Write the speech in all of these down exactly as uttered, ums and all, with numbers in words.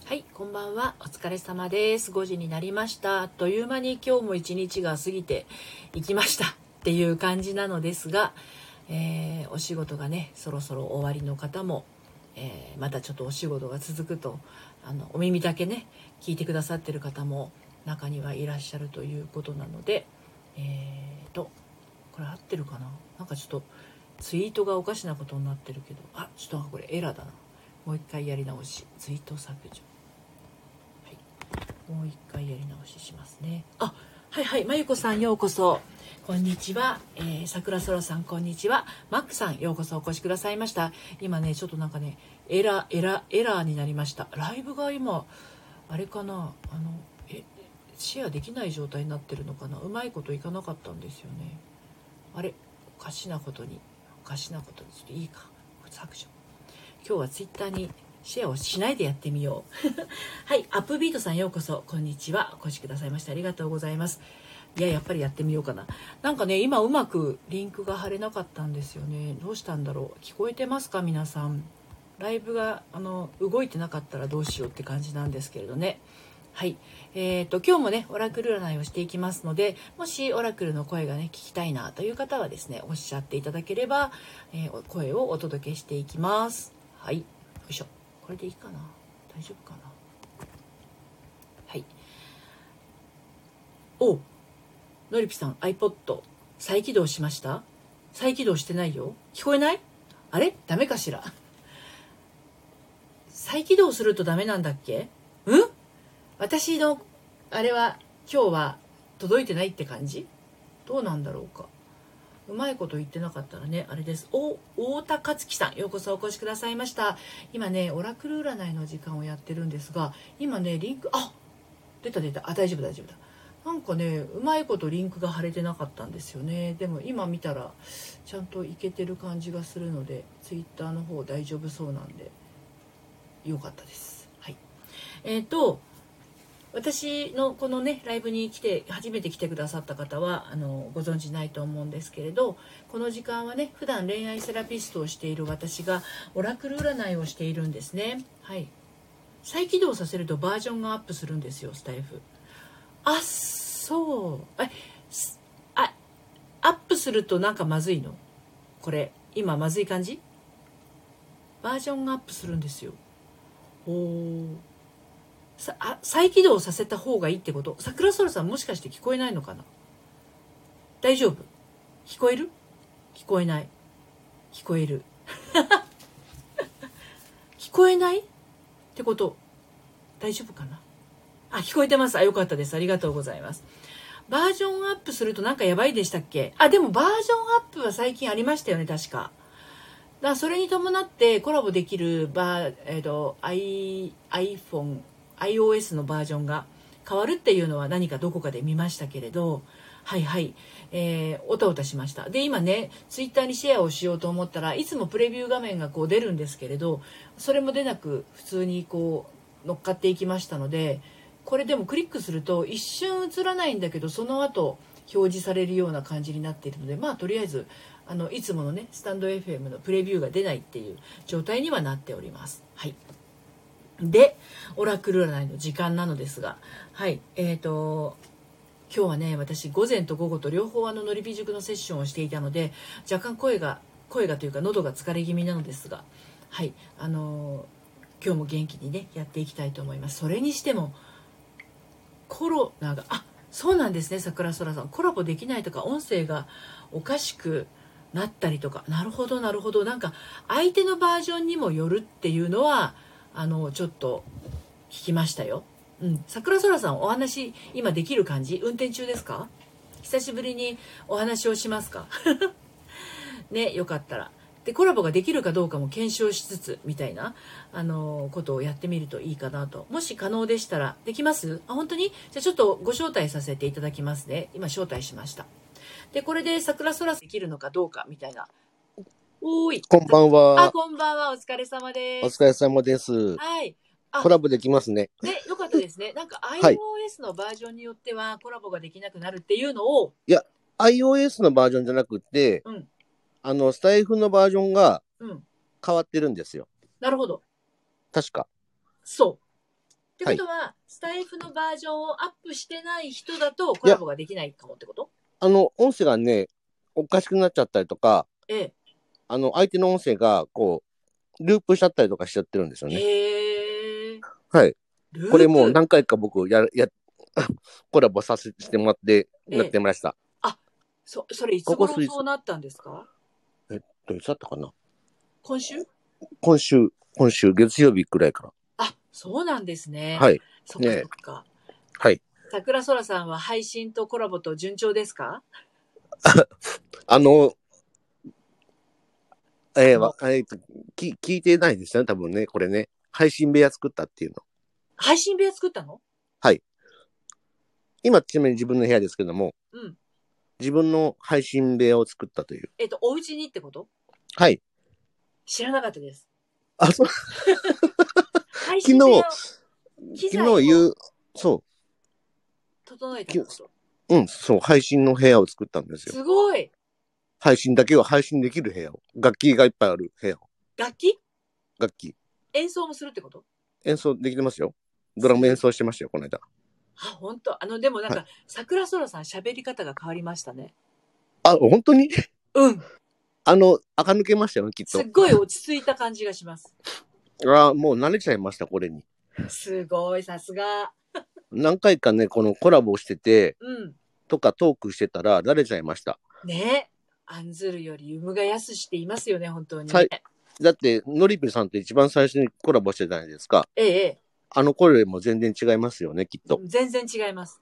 はい、こんばんは。お疲れ様です。ごじになりました。あっという間に今日も一日が過ぎていきましたっていう感じなのですが、えーお仕事がね、そろそろ終わりの方も、えーまたちょっとお仕事が続くと、あのお耳だけね、聞いてくださってる方も中にはいらっしゃるということなので、えーと、これ合ってるかな？なんかちょっとツイートがおかしなことになってるけど、あ、ちょっとなんかこれエラーだな。もう一回やり直し。ツイート削除。もう一回やり直ししますね。あ、はいはい、まゆこさんようこそ。こんにちは。えー、桜空さんこんにちは。マックさんようこそお越しくださいました。今ね、ちょっとなんかね、エラー、エラー、エラーになりました。ライブが今、あれかな、あの、え、シェアできない状態になってるのかな。うまいこといかなかったんですよね。あれ、おかしなことに、おかしなことに、ちょっといいか。削除。今日はツイッターにシェアをしないでやってみよう。はい、アップビートさんようこそ、こんにちは。お越しくださいましてありがとうございます。いや、やっぱりやってみようかな。なんかね、今うまくリンクが貼れなかったんですよね。どうしたんだろう。聞こえてますか皆さん。ライブがあの動いてなかったらどうしようって感じなんですけれどね。はい、えーと今日もねオラクル占いをしていきますので、もしオラクルの声がね聞きたいなという方はですねおっしゃっていただければ、えー、声をお届けしていきます。はい、よいしょ。これでいいかな、大丈夫かな。はい。お、のりぴさん iPod 再起動しました？再起動してないよ。聞こえない？あれ？ダメかしら。再起動するとダメなんだっけ？うん？私のあれは今日は届いてないって感じ？どうなんだろうか。うまいこと言ってなかったらねあれです。お、太田克樹さんようこそお越しくださいました。今ねオラクル占いの時間をやってるんですが、今ねリンク、あ、出た出た、あ、大丈夫大丈夫だ。なんかねうまいことリンクが貼れてなかったんですよね。でも今見たらちゃんといけてる感じがするので、ツイッターの方大丈夫そうなんでよかったです。はい。えっ、ー、と私のこのねライブに来て初めて来てくださった方はあのご存知ないと思うんですけれど、この時間はね普段恋愛セラピストをしている私がオラクル占いをしているんですね。はい。再起動させるとバージョンがアップするんですよ、スタイフ。あ、そうえあアップするとなんかまずいの？これ今まずい感じ？バージョンがアップするんですよ。おー、さあ再起動させた方がいいってこと？桜空さんもしかして聞こえないのかな？大丈夫？聞こえる？聞こえない？聞こえる？聞こえないってこと？大丈夫かな？あ、聞こえてます。あ、よかったです。ありがとうございます。バージョンアップするとなんかやばいでしたっけ？あ、でもバージョンアップは最近ありましたよね、確か。だからそれに伴ってコラボできるバー、えっと、I、iPhone、iOS のバージョンが変わるっていうのは何かどこかで見ましたけれど、はいはい、えー、おたおたしました。で、今ね、ツイッターにシェアをしようと思ったらいつもプレビュー画面がこう出るんですけれど、それも出なく普通にこう乗っかっていきましたので、これでもクリックすると一瞬映らないんだけどその後表示されるような感じになっているので、まあとりあえずあのいつものねスタンド エフエム のプレビューが出ないっていう状態にはなっております。はい。でオラクル占いの時間なのですが、はいえーと今日はね私午前と午後と両方あののりび塾のセッションをしていたので、若干声が声がというか喉が疲れ気味なのですが、はいあのー、今日も元気にねやっていきたいと思います。それにしてもコロナが、あ、そうなんですね、桜空さん。コラボできないとか、音声がおかしくなったりとか、なるほど、なるほど。なんか、相手のバージョンにもよるっていうのは、あの、ちょっと聞きましたよ。うん。桜空さん、お話、今できる感じ？運転中ですか？久しぶりにお話をしますか？ね、よかったら。でコラボができるかどうかも検証しつつみたいなあのことをやってみるといいかなと。もし可能でしたらできます？あ、本当に？じゃあちょっとご招待させていただきますね。今招待しました。でこれで桜空できるのかどうかみたいな。おーい、 こんばんあ、 は。 こんばんは。お疲れ様です。 お疲れ様です。 はい。あ、 コラボできますね。 ね、よかったですね。なんかはい。 iOS のバージョンによってはコラボができなくなるっていうのを、 いや、iOS のバージョンじゃなくて、 うん、 あの、スタイフのバージョンがうん、 変わってるんですよ。 なるほど。 確か。 そう。 てことは、スタイフのバージョンをアップしてない人だとコラボができないかもってこと？ あの、音声がね、おかしくなっちゃったりとか、 ええ。 あの、相手の音声が、こう、ループしちゃったりとかしちゃってるんですよね。 へえ。 はい。 ループ。 これもう何回か僕や、や、コラボさせてもらって、 ええやってました。 あ、そ、それいつここ数日頃そうなったんですか？ えっと、いつだったかな今週？ 今週、今週、月曜日くらいかあ、そうなんですね。 ら。はい。 そっかそねっか。 はい。 桜空さんは配信とコラボと順調ですか？ あの、えー、 あのわえーとき、聞いてないですよね、多分ね、これね。配信部屋作ったっていうの。 配信部屋作ったの？ はい。今、ちなみに自分の部屋ですけども、 うん。 自分の配信部屋を作ったという。 えっと、お家にってこと？ はい。 知らなかったです。 あ、そう、 配信部屋を、機昨材を日言う、そ整えたってこと？ う、うん、そう、配信の部屋を作ったんですよ。 すごい。 配信だけを配信できる部屋を。楽器がいっぱいある部屋を。 楽器？ 楽器。 演奏もするってこと？ 演奏できてますよ。ドラム演奏してましたよ、この間。 あ、本当。あの、でもなんか、 はい桜空さん喋り方が変わりましたね。 あ、本当にうん。 あの、垢抜けましたよ、きっとすっ。ごい落ち着いた感じがします。 あ、もう慣れちゃいました、これに。 すごい、さすが。 何回かね、このコラボしてて、 うん。 とかトークしてたら、慣れちゃいました。 ね。案ずるより産むが安しって言いますよね、本当に。 はいだって、ノリピーさんって一番最初にコラボしてたじゃないですか。 ええ、ええ。 あの声も全然違いますよね、きっと。 全然違います。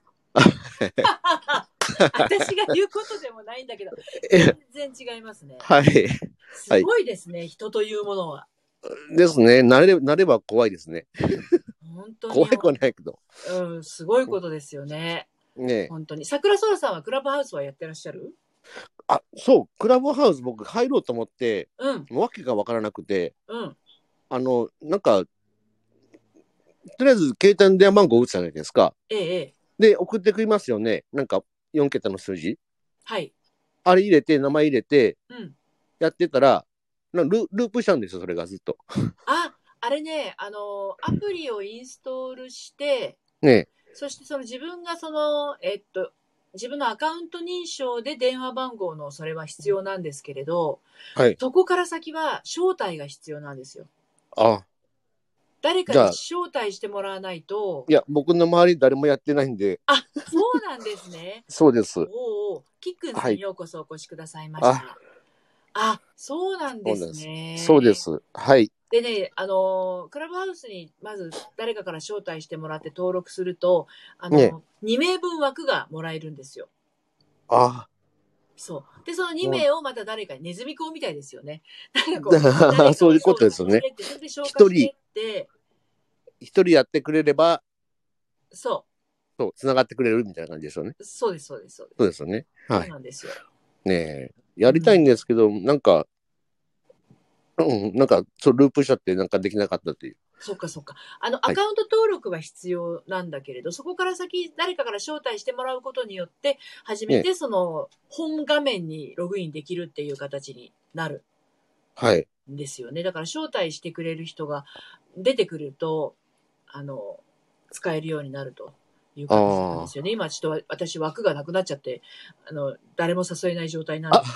私が言うことでもないんだけど、全然違いますね。 はい。 すごいですね、人というものは。 ですね。慣れ、慣れば怖いですね。 本当に。 怖いくはないけど。 うん、すごいことですよね。 ねえ。 本当に。桜空さんはクラブハウスはやってらっしゃる？ あ、そう、クラブハウス僕入ろうと思って、 うん、 わけがわからなくて、 うん。 あの、なんか、とりあえず携帯の電話番号打つじゃないですか。 ええ、ええ。 で、送ってくれますよね。なんか、よん桁の数字。 はい。 あれ入れて、名前入れて、 うん。 やってたら、なルループしちゃうんですよ、それがずっと。 あ、あれね、あの、アプリをインストールして、 ねそしてその自分がその、えっと、自分のアカウント認証で電話番号のそれは必要なんですけれど、 はい。 そこから先は招待が必要なんですよ。 あ、 誰かに招待してもらわないと。 いや、僕の周り誰もやってないんで。 あ、そうなんですね。 そうです。 おお、キックンさん、 はい、 ようこそお越しくださいました。あ、あそうなんですね。 そうです。そうです。はい。 でね、あの、クラブハウスにまず誰かから招待してもらって登録すると、あの、ね、に名分枠がもらえるんですよ。 ああ。 そう。で、そのに名をまた誰かに、ネズミ講みたいですよね。 そういうことですよね。 一人、 一人やってくれれば、 そう。 そう、繋がってくれるみたいな感じですよね。 そうです、そうです、そうです。 そうですよね。はい。 そうなんですよ。 ねえ、やりたいんですけど、うん、なんか、うん、なんか、そう、ループしちゃって、なんかできなかったっていう。 そっかそっか。あの、アカウント登録は必要なんだけれど、はい、そこから先、誰かから招待してもらうことによって、初めてその、本画面にログインできるっていう形になる。 はい。 ですよね。だから、招待してくれる人が出てくると、あの、使えるようになるという形なんですよね。今、ちょっと私枠がなくなっちゃって、あの、誰も誘えない状態なんです。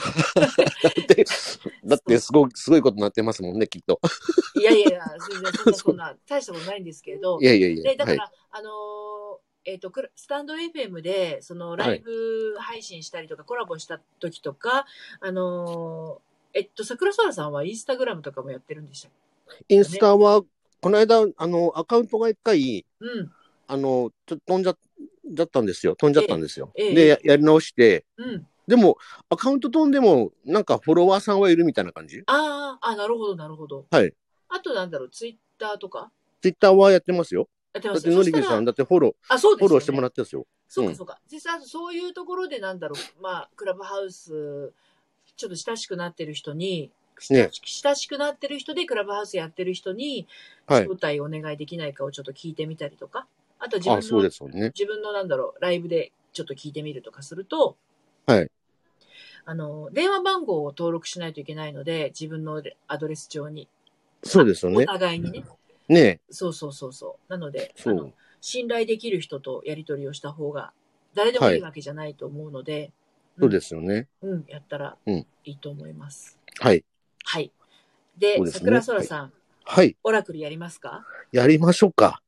だって、すごい、すごいことになってますもんね、きっと。 いやいやいや、全然そんな、そんな、大したことないんですけれど。 いやいやいや。 で、だから、はい、あのー、えっ、ー、と、スタンド エフエム で、その、ライブ配信したりとか、はい、コラボした時とか、あのー、えっと、桜空さんはインスタグラムとかもやってるんでしたっけ？インスタは、この間、あの、アカウントが一回、 うん。 あの、ちょっと飛んじゃ、じゃったんですよ。飛んじゃったんですよ。 ええ、 で、や、やり直して、 うん。 でも、アカウント飛んでも、なんかフォロワーさんはいるみたいな感じ？ ああ、あ、なるほど、なるほど。 はい。 あとなんだろう、ツイッターとか？ ツイッターはやってますよ。 やってます。 だって、のりびさん、だってフォロー、 あ、そうです、ね、 フォローしてもらってるんですよ。 そうか、そうか。実際、そういうところでなんだろう、まあ、クラブハウス、ちょっと親しくなってる人に、ね、親しくなってる人でクラブハウスやってる人に、招待お願いできないかをちょっと聞いてみたりとか、あと自分の、そうですよね、自分のなんだろう、ライブでちょっと聞いてみるとかすると、 はい。 あの、電話番号を登録しないといけないので、自分のアドレス上に。 そうですよね。 お互いにね。 ねえ。 そうそうそうそう。なので、 そうあの、信頼できる人とやり取りをした方が、誰でもいいわけじゃないと思うので、 そうですよね。 うん、やったらうん。 いいと思います。 はい。 はい。で、 そうですね桜空さん、 はい。 オラクルやりますか？ やりましょうか。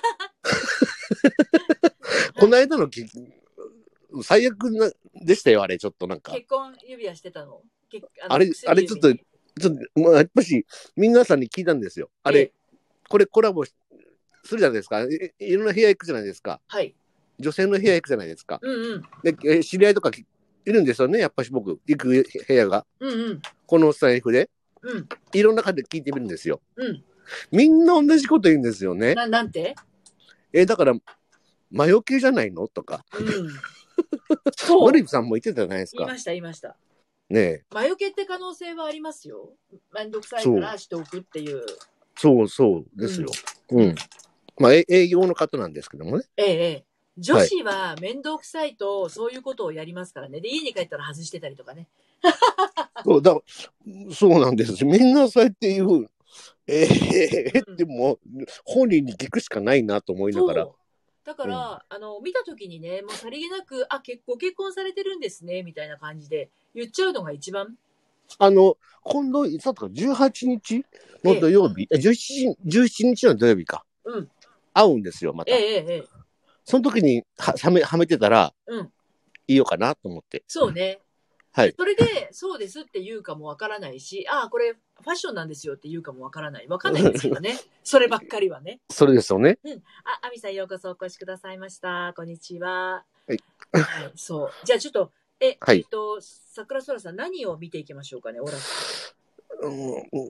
この間のき、最悪なでしたよ、あれ、ちょっとなんか。 結婚指輪してたの？けあれ、あれちょっと、ちょっと、まあ、やっぱし、皆さんに聞いたんですよ。あれ、 ええ、 これコラボするじゃないですか。いいろんな部屋行くじゃないですか。 はい。 女性の部屋行くじゃないですか。 うんうん。 で、知り合いとかいるんですよね、やっぱし僕、行く部屋が。 うんうん。 このスタイフで。 うん。 いろんな感じで聞いてみるんですよ。 うん。 みんな同じこと言うんですよね。 な、なんて？ え、だから、魔除けじゃないのとか。 うん。そう。 ノリさんも言ってたじゃないですか。 言いました、言いました。 ねえ。 魔除けって可能性はありますよ。めんどくさいからしておくっていう。 そうそうですよ。うん。うん、まあ、営業の方なんですけどもね。 ええ、ええ。女子はめんどくさいとそういうことをやりますからね。で、家に帰ったら外してたりとかね。 そうだ、そうなんです。みんなそうやって言う。ええー、でも、本人に聞くしかないなと思いながら。 だから、うん、あの、見たときにね、もうさりげなく、あ、結構結婚されてるんですね、みたいな感じで言っちゃうのが一番。 あの、今度、いつだったか、じゅうはちにちの土曜日、ええ、じゅうしちにちの土曜日か。 うん。 会うんですよ、また。 ええええ。 その時には、はめ、はめてたら、うん。いいよかなと思って。 そうね。はい。それで、そうですって言うかもわからないし、ああ、これファッションなんですよって言うかもわからない。わかんないんですけどね。そればっかりはね。 それですよね。 うん。あ、アミさんようこそお越しくださいました。こんにちは。 はい。 はい、そう。じゃあちょっと、え、 はい、 えっと、桜空さん何を見ていきましょうかね、オラうん、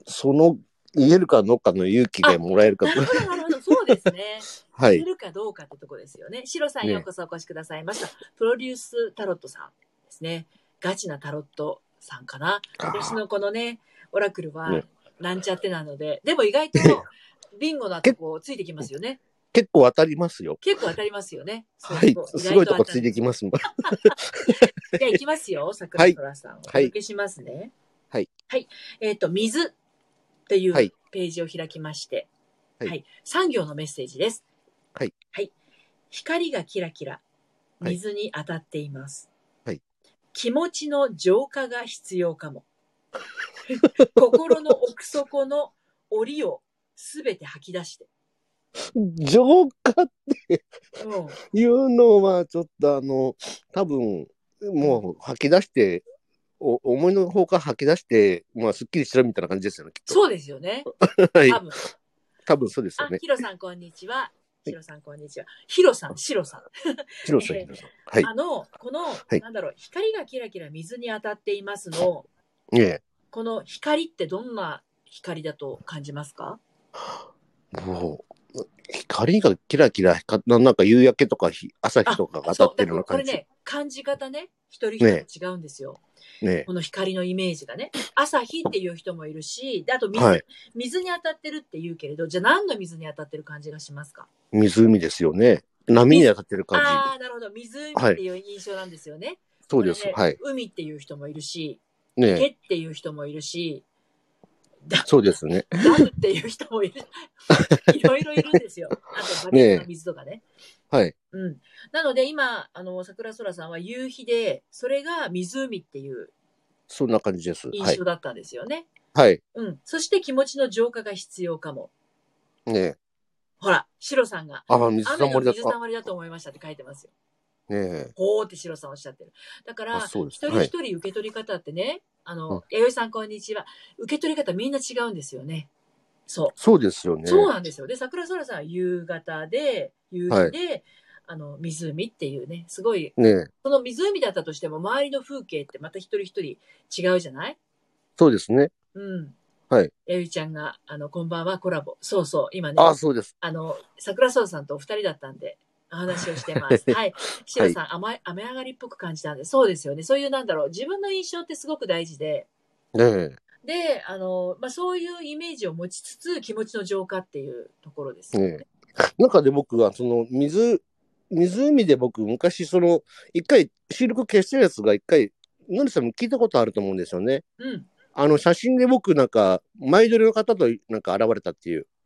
その、言えるかどうかの勇気がもらえるか。 なるほど、なるほど。そうですね。 はい。 言えるかどうかってとこですよね。シロさんようこそお越しくださいました。ね、プロデュースタロットさんですね。ガチなタロットさんかな。私のこのね、オラクルは、なんちゃってなので、ね、でも意外と、ビンゴなとこついてきますよね。 結構当たりますよ。 結構当たりますよね。 はい。すごいとこついてきますもん。 じゃあ行きますよ、桜空さん。はい、お届けしますね。 はい。 はい。えっ、ー、と、水っていうページを開きまして、はい。はい、さん行のメッセージです。 はい。 はい。光がキラキラ、水に当たっています。 はい。 気持ちの浄化が必要かも。心の奥底の檻をすべて吐き出して。 浄化っていうのはちょっとあの多分もう吐き出してお思いのほか吐き出してまあすっきりしろみたいな感じですよねきっと。 そうですよね。 はい。 多分多分そうですよね。 ヒロさんこんにちは。ヒロさんこんにちは。ヒロさん、シロさん。 シロさん、ヒロさん。はい。 あのこの、はい、なんだろう光がキラキラ水に当たっていますの。 ねえ。 この光ってどんな光だと感じますか？ もう光がキラキラなんか夕焼けとか朝日とかが当たってるような感じ。 これね感じ方ね一人一人違うんですよ。ね、この光のイメージがね朝日っていう人もいるしであと 水,、はい、水に当たってるって言うけれどじゃあ何の水に当たってる感じがしますか？ 湖ですよね。波に当たってる感じ。 ああなるほど湖っていう印象なんですよね。はい、 そうです、ね、はい。 海っていう人もいるし。 ね、 池っていう人もいるし、 そうですね。 ダムっていう人もいる。いろいろいるんですよ。あとバケツの水とかね。ねはい。 うん。なので今、あの、桜空さんは夕日で、それが湖っていうそんな感じです。 印象だったんですよね。 はい。 うん。そして気持ちの浄化が必要かも。 ねほら、シロさんが、 あ水たまりだ雨の水たまりだと思いましたって書いてますよ。 ねえ。 ほーってシロさんおっしゃってる。だから、一人一人受け取り方ってね、はい、あの、うん、弥生さんこんにちは。受け取り方みんな違うんですよね。そう。 そうですよね。 そうなんですよ。で、桜空さんは夕方で、夕日で、はい、あの、湖っていうね、すごい、 ね、 その湖だったとしても、周りの風景ってまた一人一人違うじゃない？ そうですね。 うん。 はい。 えゆちゃんが、あの、こんばんは、コラボ。そうそう、今ね。 あ、そうです。 あの、桜空さんとお二人だったんで、お話をしてます。はい。シロさん、はい、雨、雨上がりっぽく感じたんで、そうですよね。そういう、なんだろう、自分の印象ってすごく大事で。 ねえ。 で、あの、まあ、そういうイメージを持ちつつ、気持ちの浄化っていうところですよね。ね中で僕は、その、水、湖で僕、昔、その、一回、収録消したやつが一回、のりさんも聞いたことあると思うんですよね。 うん。 あの、写真で僕、なんか、前撮りの方と、なんか現れたっていう。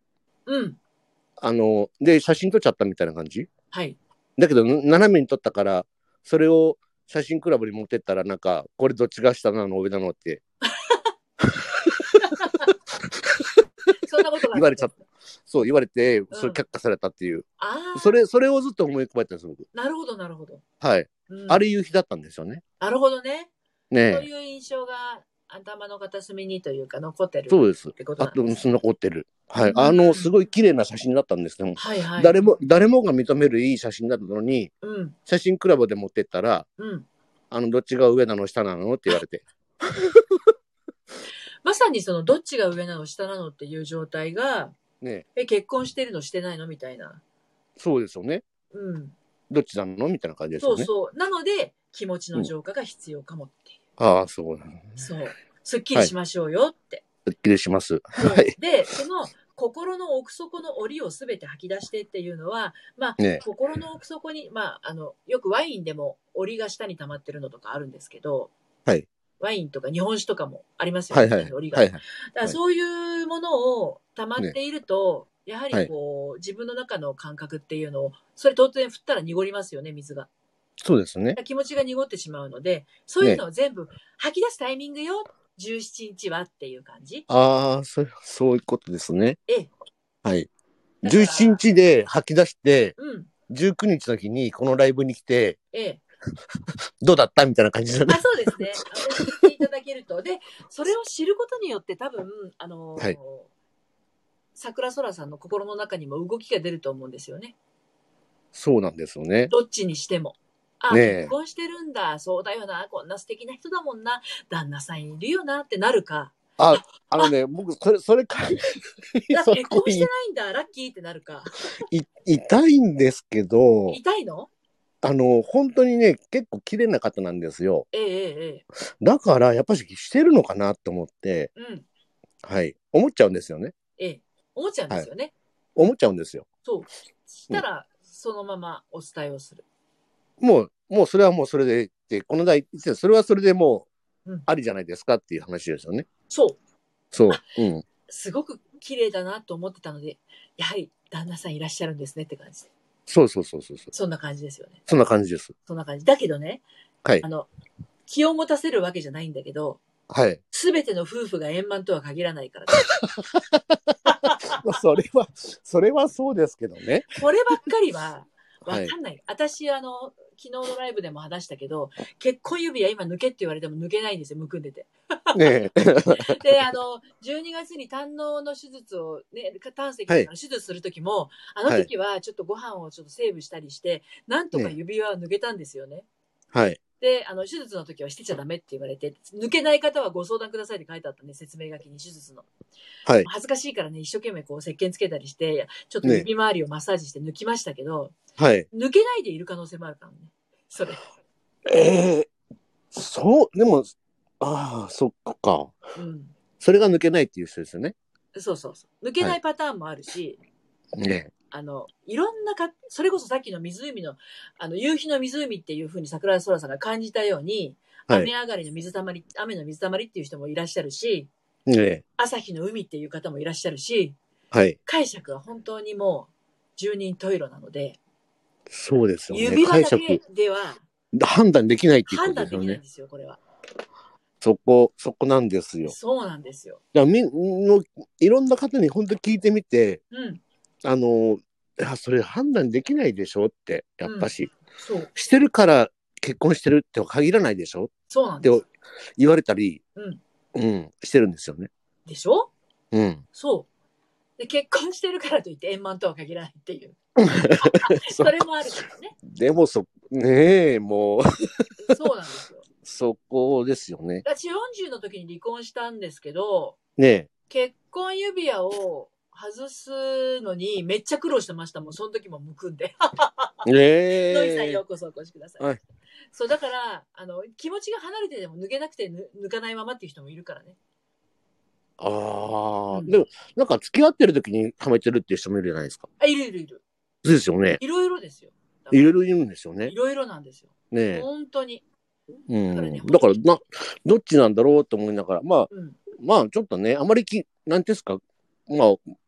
うん。 あの、で、写真撮っちゃったみたいな感じ。 はい。 だけど、斜めに撮ったから、それを写真クラブに持ってったら、なんか、これどっちが下なの上なのって。 そんなことがあったんですか？ 言われちゃった。そう、言われて、 うん、 それ却下されたっていう。 あそれ、それをずっと思い浮かべてるんです、僕。 なるほど、なるほど。 はい。 うん、 あれ夕日だったんですよね。 なるほどね。 ねそういう印象が頭の片隅にというか残ってるそうです。 ってことあと、 なんです、 そ残ってる。はい。 うん、 あの、すごい綺麗な写真だったんですけども、 はいはい。 誰も、誰もが認めるいい写真だったのに、 うん、 写真クラブで持ってったら、 うん、 あの、どっちが上なの下なのって言われて。 まさにそのどっちが上なの下なのっていう状態が、 ねえ、結婚してるのしてないのみたいな。 そうですよね。 うん。 どっちなのみたいな感じですよね。 そうそう。なので、気持ちの浄化が必要かもっていう。 うん、ああ、そうなの、ね。 そう。すっきりしましょうよって。 はい、すっきりします。 はい。で、その心の奥底の檻をすべて吐き出してっていうのは、まあ、ね、心の奥底に、まあ、あの、よくワインでも檻が下に溜まってるのとかあるんですけど、 はい。 ワインとか日本酒とかもありますよね。はいはい。檻が。はいはい、だからそういうものを溜まっていると、ね、やはりこう、はい、自分の中の感覚っていうのを、それ突然振ったら濁りますよね、水が。 そうですね。 気持ちが濁ってしまうので、そういうのを全部吐き出すタイミングよ、じゅうしちにちはっていう感じ。 ああ、そ、そういうことですね。 ええ。 はい。じゅうしちにちで吐き出して、 うん、 じゅうくにちの日にこのライブに来て、 ええ。 どうだったみたいな感じだね。 あ、そうですね。教えていただけると。で、それを知ることによって多分、あのー、はい、桜空さんの心の中にも動きが出ると思うんですよね。 そうなんですよね。 どっちにしても。あ、 ね、 結婚してるんだ。そうだよな。こんな素敵な人だもんな。旦那さんいるよなってなるか。 あ、あのね、僕、それ、それか、 結婚してないんだ。ラッキーってなるか。 い、痛いんですけど。 痛いの？ あの、本当にね、結構綺麗な方なんですよ。 ええええ。 だから、やっぱりしてるのかなと思って、うん。はい。思っちゃうんですよね。 ええ。思っちゃうんですよね。はい、 思っちゃうんですよ。 そう。したら、うん、そのままお伝えをする。 もう、もうそれはもうそれで、でこの代、それはそれでもう、ありじゃないですかっていう話ですよね。 そう。 そう。うん。 すごく綺麗だなと思ってたので、やはり旦那さんいらっしゃるんですねって感じで。 そうそうそうそう。 そんな感じですよね。 そんな感じです。 そんな感じ。だけどね、 はい。 あの、気を持たせるわけじゃないんだけど、 はい。 すべての夫婦が円満とは限らないから、ね。 それは、それはそうですけどね。 こればっかりは、わかんない。はい、私、あの、昨日のライブでも話したけど、結婚指輪今抜けって言われても抜けないんですよ、むくんでて。ねで、あの、じゅうにがつに胆のの手術を、ね、胆石の手術するときも、はい、あの時はちょっとご飯をちょっとセーブしたりして、なんとか指輪は抜けたんですよね。はい。で、あの、手術の時はしてちゃダメって言われて、抜けない方はご相談くださいって書いてあったね、説明書きに手術の。はい。恥ずかしいからね、一生懸命こう石鹸つけたりして、ちょっと指周りをマッサージして抜きましたけど、ね、はい。抜けないでいる可能性もあるからね。それ。 ええー、そう、でも、ああ、そっか。うん。それが抜けないっていう人ですよね。 そうそうそう。抜けないパターンもあるし、はい、ね。あの、いろんなか、それこそさっきの湖の、あの、夕日の湖っていうふうに桜井空さんが感じたように、はい、雨上がりの水たまり、雨の水たまりっていう人もいらっしゃるし、ね、朝日の海っていう方もいらっしゃるし、はい、解釈は本当にもう十人十色なので、 そうですよね。 指輪だけでは判断できないっていうことですよね。 判断できないんですよ、これは。 そこ、そこなんですよ。 そうなんですよ。 だからみのいろんな方に本当に聞いてみて、うん、あの、いや、それ判断できないでしょって、やっぱし、うん、そうしてるから結婚してるって限らないでしょそうなんです。 って言われたり、うん、うん、してるんですよね。 でしょ？ うん。 そう。で、結婚してるからといって円満とは限らないっていう。それもあるからね。 でもそ、ねえ、もう。 そうなんですよ。 そこですよね。 私よんじゅうの時に離婚したんですけど、 ねえ。 結婚指輪を外すのにめっちゃ苦労してましたもん。その時もむくんで。えー、ノイさんようこそお越しください。はい、そう、だから、あの、気持ちが離れてでも抜けなくて抜かないままっていう人もいるからね。 ああ、うん、でも、なんか付き合ってる時にはめてるっていう人もいるじゃないですか。 あ、いるいるいる。 ですよね。 いろいろですよ。 いろいろいるんですよね。 いろいろなんですよ。ねえ。本当に。 うん。だからね、だからな、どっちなんだろうと思いながら、まあ、うん、まあ、ちょっとね、あまりき、なんていうんですか、まあ、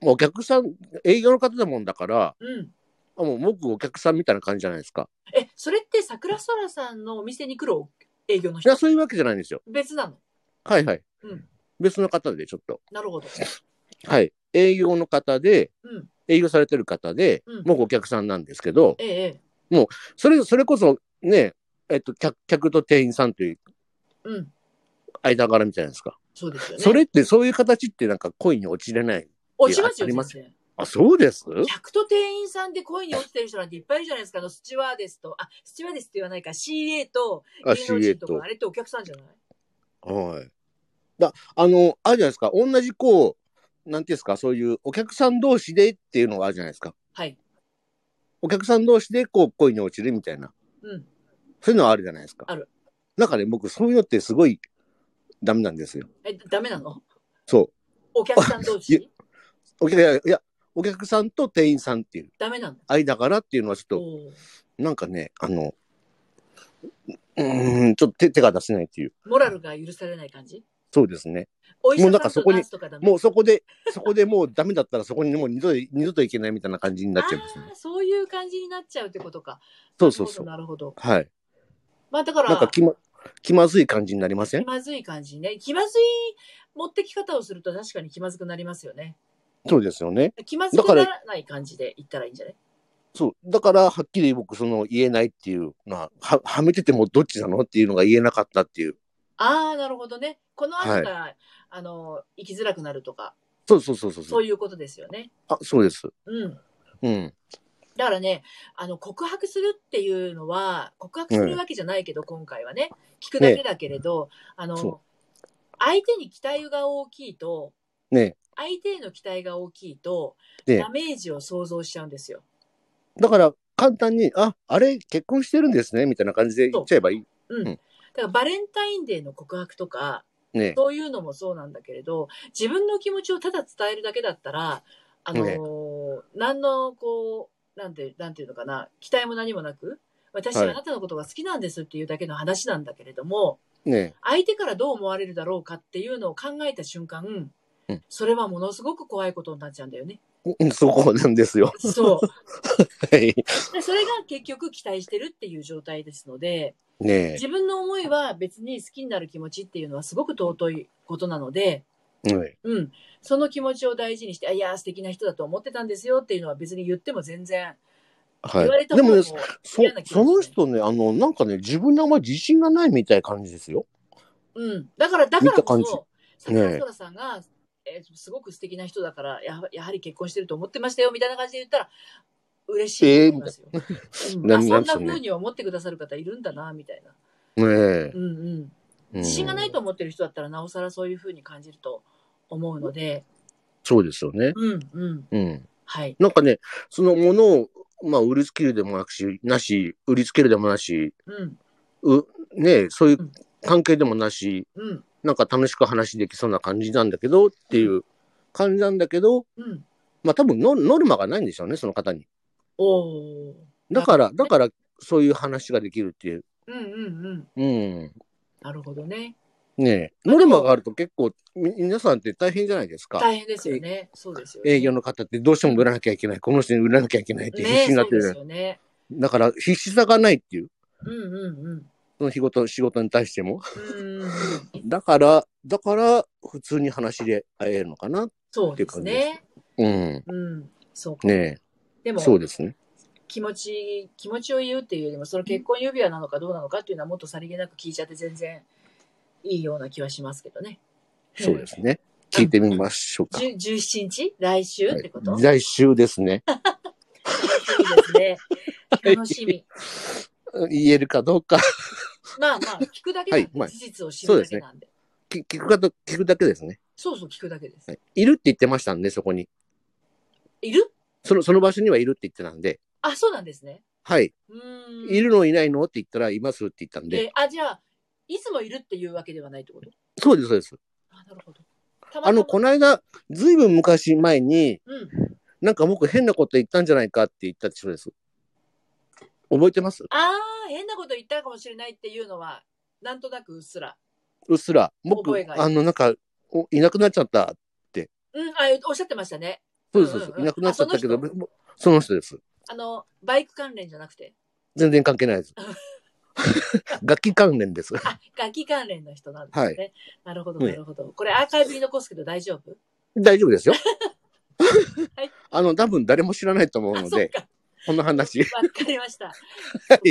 お客さん、営業の方だもんだから、 うん。 あもう僕お客さんみたいな感じじゃないですか。 え、それって桜空さんのお店に来る営業の人？ いや、そういうわけじゃないんですよ。 別なの？ はいはい。 うん。 別の方でちょっと。 なるほど。 はい。営業の方で、 うん。 営業されてる方で、 うん、 もうお客さんなんですけど、 ええ、 もう、それ、それこそね、えっと、客、客と店員さんという間柄みたいなんですか。 そうですよね。 それって、そういう形ってなんか恋に落ちれない。 落ちますよ、 あります全然。 あ、そうです？ 客と店員さんで恋に落ちてる人なんていっぱいいるじゃないですか。あの、スチュワーデスと、あ、スチュワーデスって言わないか、シーエー と芸能人とか、あれってお客さんじゃない？ はい。だ、あの、あるじゃないですか。同じこう、なんていうんですか、そういうお客さん同士でっていうのがあるじゃないですか。 はい。 お客さん同士でこう恋に落ちるみたいな。 うん。 そういうのはあるじゃないですか。 ある。 なんかね、僕そういうのってすごいダメなんですよ。 え、ダメなの？ そう。 お客さん同士お客いやいや、お客さんと店員さんっていう。 ダメなの？ 間柄っていうのはちょっと、なんかね、あの、うーん、ちょっと手手が出せないっていう。 モラルが許されない感じ？ そうですね。 お医者さんとナースとかダメ？ もうそこで、そこでもうダメだったらそこにもう二度二度といけないみたいな感じになっちゃいますね。 ああ、そういう感じになっちゃうってことか。 そうそうそう。 なるほど。 はい。 まあだから、 なんか気ま、気まずい感じになりません？ 気まずい感じね。気まずい持ってき方をすると確かに気まずくなりますよね。 そうですよね。 気まずくならない感じで言ったらいいんじゃない？ そう。だから、はっきり僕、その、言えないっていうのは、は、はめててもどっちなのっていうのが言えなかったっていう。 ああ、なるほどね。この後が、はい、あの、生きづらくなるとか。 そうそうそうそう。 そういうことですよね。 あ、そうです。 うん。 うん。 だからね、あの、告白するっていうのは、告白するわけじゃないけど、うん、今回はね、聞くだけだけれど、ね、あの、相手に期待が大きいと、 ね、 相手への期待が大きいと、ね、ダメージを想像しちゃうんですよ。 だから、簡単に、あ、あれ、結婚してるんですね、みたいな感じで言っちゃえばいい。 う。うん。だから、バレンタインデーの告白とか、ね、そういうのもそうなんだけれど、自分の気持ちをただ伝えるだけだったら、あのーね、何の、こう、なんて、なんていうのかな、期待も何もなく、私はあなたのことが好きなんですっていうだけの話なんだけれども、ね、相手からどう思われるだろうかっていうのを考えた瞬間、うん、それはものすごく怖いことになっちゃうんだよね。 そうなんですよ。 そう。はい。で、それが結局期待してるっていう状態ですので、ね、自分の思いは別に好きになる気持ちっていうのはすごく尊いことなので、うん、うん。その気持ちを大事にして、いや、素敵な人だと思ってたんですよっていうのは別に言っても全然、はい、言われた方も嫌な気がしない。 でもね、そ、その人ね、あの、なんかね、自分にあんまり自信がないみたいな感じですよ。 うん。だから、だからこそ、桜空さんが、ね、えー、すごく素敵な人だからや、やはり結婚してると思ってましたよみたいな感じで言ったら、嬉しいと思いますよ。えーうん、あ、そんな風に思ってくださる方いるんだな、みたいな。ねえ。うんうん。自信がないと思ってる人だったら、なおさらそういう風に感じると思うので。 そうですよね。 うんうん。うん。はい。 なんかね、そのものを、まあ、売りつけるでもなくし、なし、売りつけるでもなし、うん。う、ねえ、そういう関係でもなし、うん。なんか楽しく話できそうな感じなんだけどっていう感じなんだけど、うん。まあ多分ノノルマがないんでしょうね、その方に。おだから、だから、そういう話ができるっていう。 うんうんうん。うん。なるほどね。 ねえ、ノルマがあると結構、み、皆さんって大変じゃないですか。 大変ですよね。そうですよね。 営業の方ってどうしても売らなきゃいけない。この人に売らなきゃいけないって必死になってる。 ね、そうですよね。 だから、必死さがないっていう。 うんうんうん。 その仕事、仕事に対しても。うん。だから、だから、普通に話で会えるのかなっていう感じです。そうですね。うん。うん。そうか。ねえ。でも、そうですね。気持ち、気持ちを言うっていうよりも、その結婚指輪なのかどうなのかっていうのはもっとさりげなく聞いちゃって全然いいような気はしますけどね。そうですね。聞いてみましょうか。じゅうしちにち来週ってこと、はい、来週ですね。楽しみですね。楽しみ。言えるかどうか。まあまあ、聞くだけなんで、はい、事実を知るだけなんで。でね、聞くかと、聞くだけですね。そうそう、聞くだけです。はい、いるって言ってましたんで、そこに。いる？その、その場所にはいるって言ってたんで。あ、そうなんですね。はい。うん。いるのいないのって言ったら、いますって言ったんで。えー、あ、じゃあ、いつもいるっていうわけではないってこと？そうです、そうです。あ、なるほど。たまたまあの、この間、ずいぶん昔前に、うん、なんか僕変なこと言ったんじゃないかって言った人です。覚えてます？ああ、変なこと言ったかもしれないっていうのは、なんとなくうっすら。うっすら。僕、あの、なんか、いなくなっちゃったって。うん、あ、おっしゃってましたね。 そうです、そうです。いなくなっちゃったけど、その人です。 あの、バイク関連じゃなくて全然関係ないです。楽器関連です。 あ、楽器関連の人なんですね。はい、なるほど、なるほど。これアーカイブに残すけど大丈夫？ 大丈夫ですよ。はい、あの、多分誰も知らないと思うので、この話。わかりました。はい、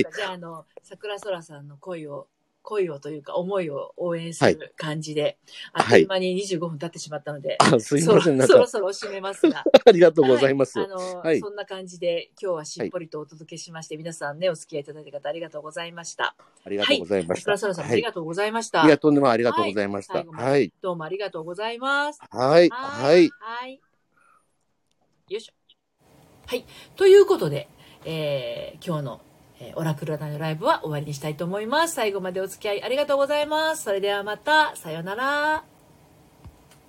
じゃあ、あの、桜空さんの恋を、恋をというか思いを応援する感じで、はい、あっという間ににじゅうごふん経ってしまったので、 はい、あ、すいません、 そろそろ締めますが。 ありがとうございます。 はい、あの、はい、そんな感じで今日はしっぽりとお届けしまして、はい、皆さんね、お付き合いいただいた方ありがとうございました。 ありがとうございました。 はい、桜空さんもありがとうございました。 はい、いや、とんでもありがとうございました。はい。 どうもありがとうございます。 はい。はい。 はい。よいしょ。はい。ということで、えー、今日のオラクル占いのライブは終わりにしたいと思います。最後までお付き合いありがとうございます。それではまた、さようなら。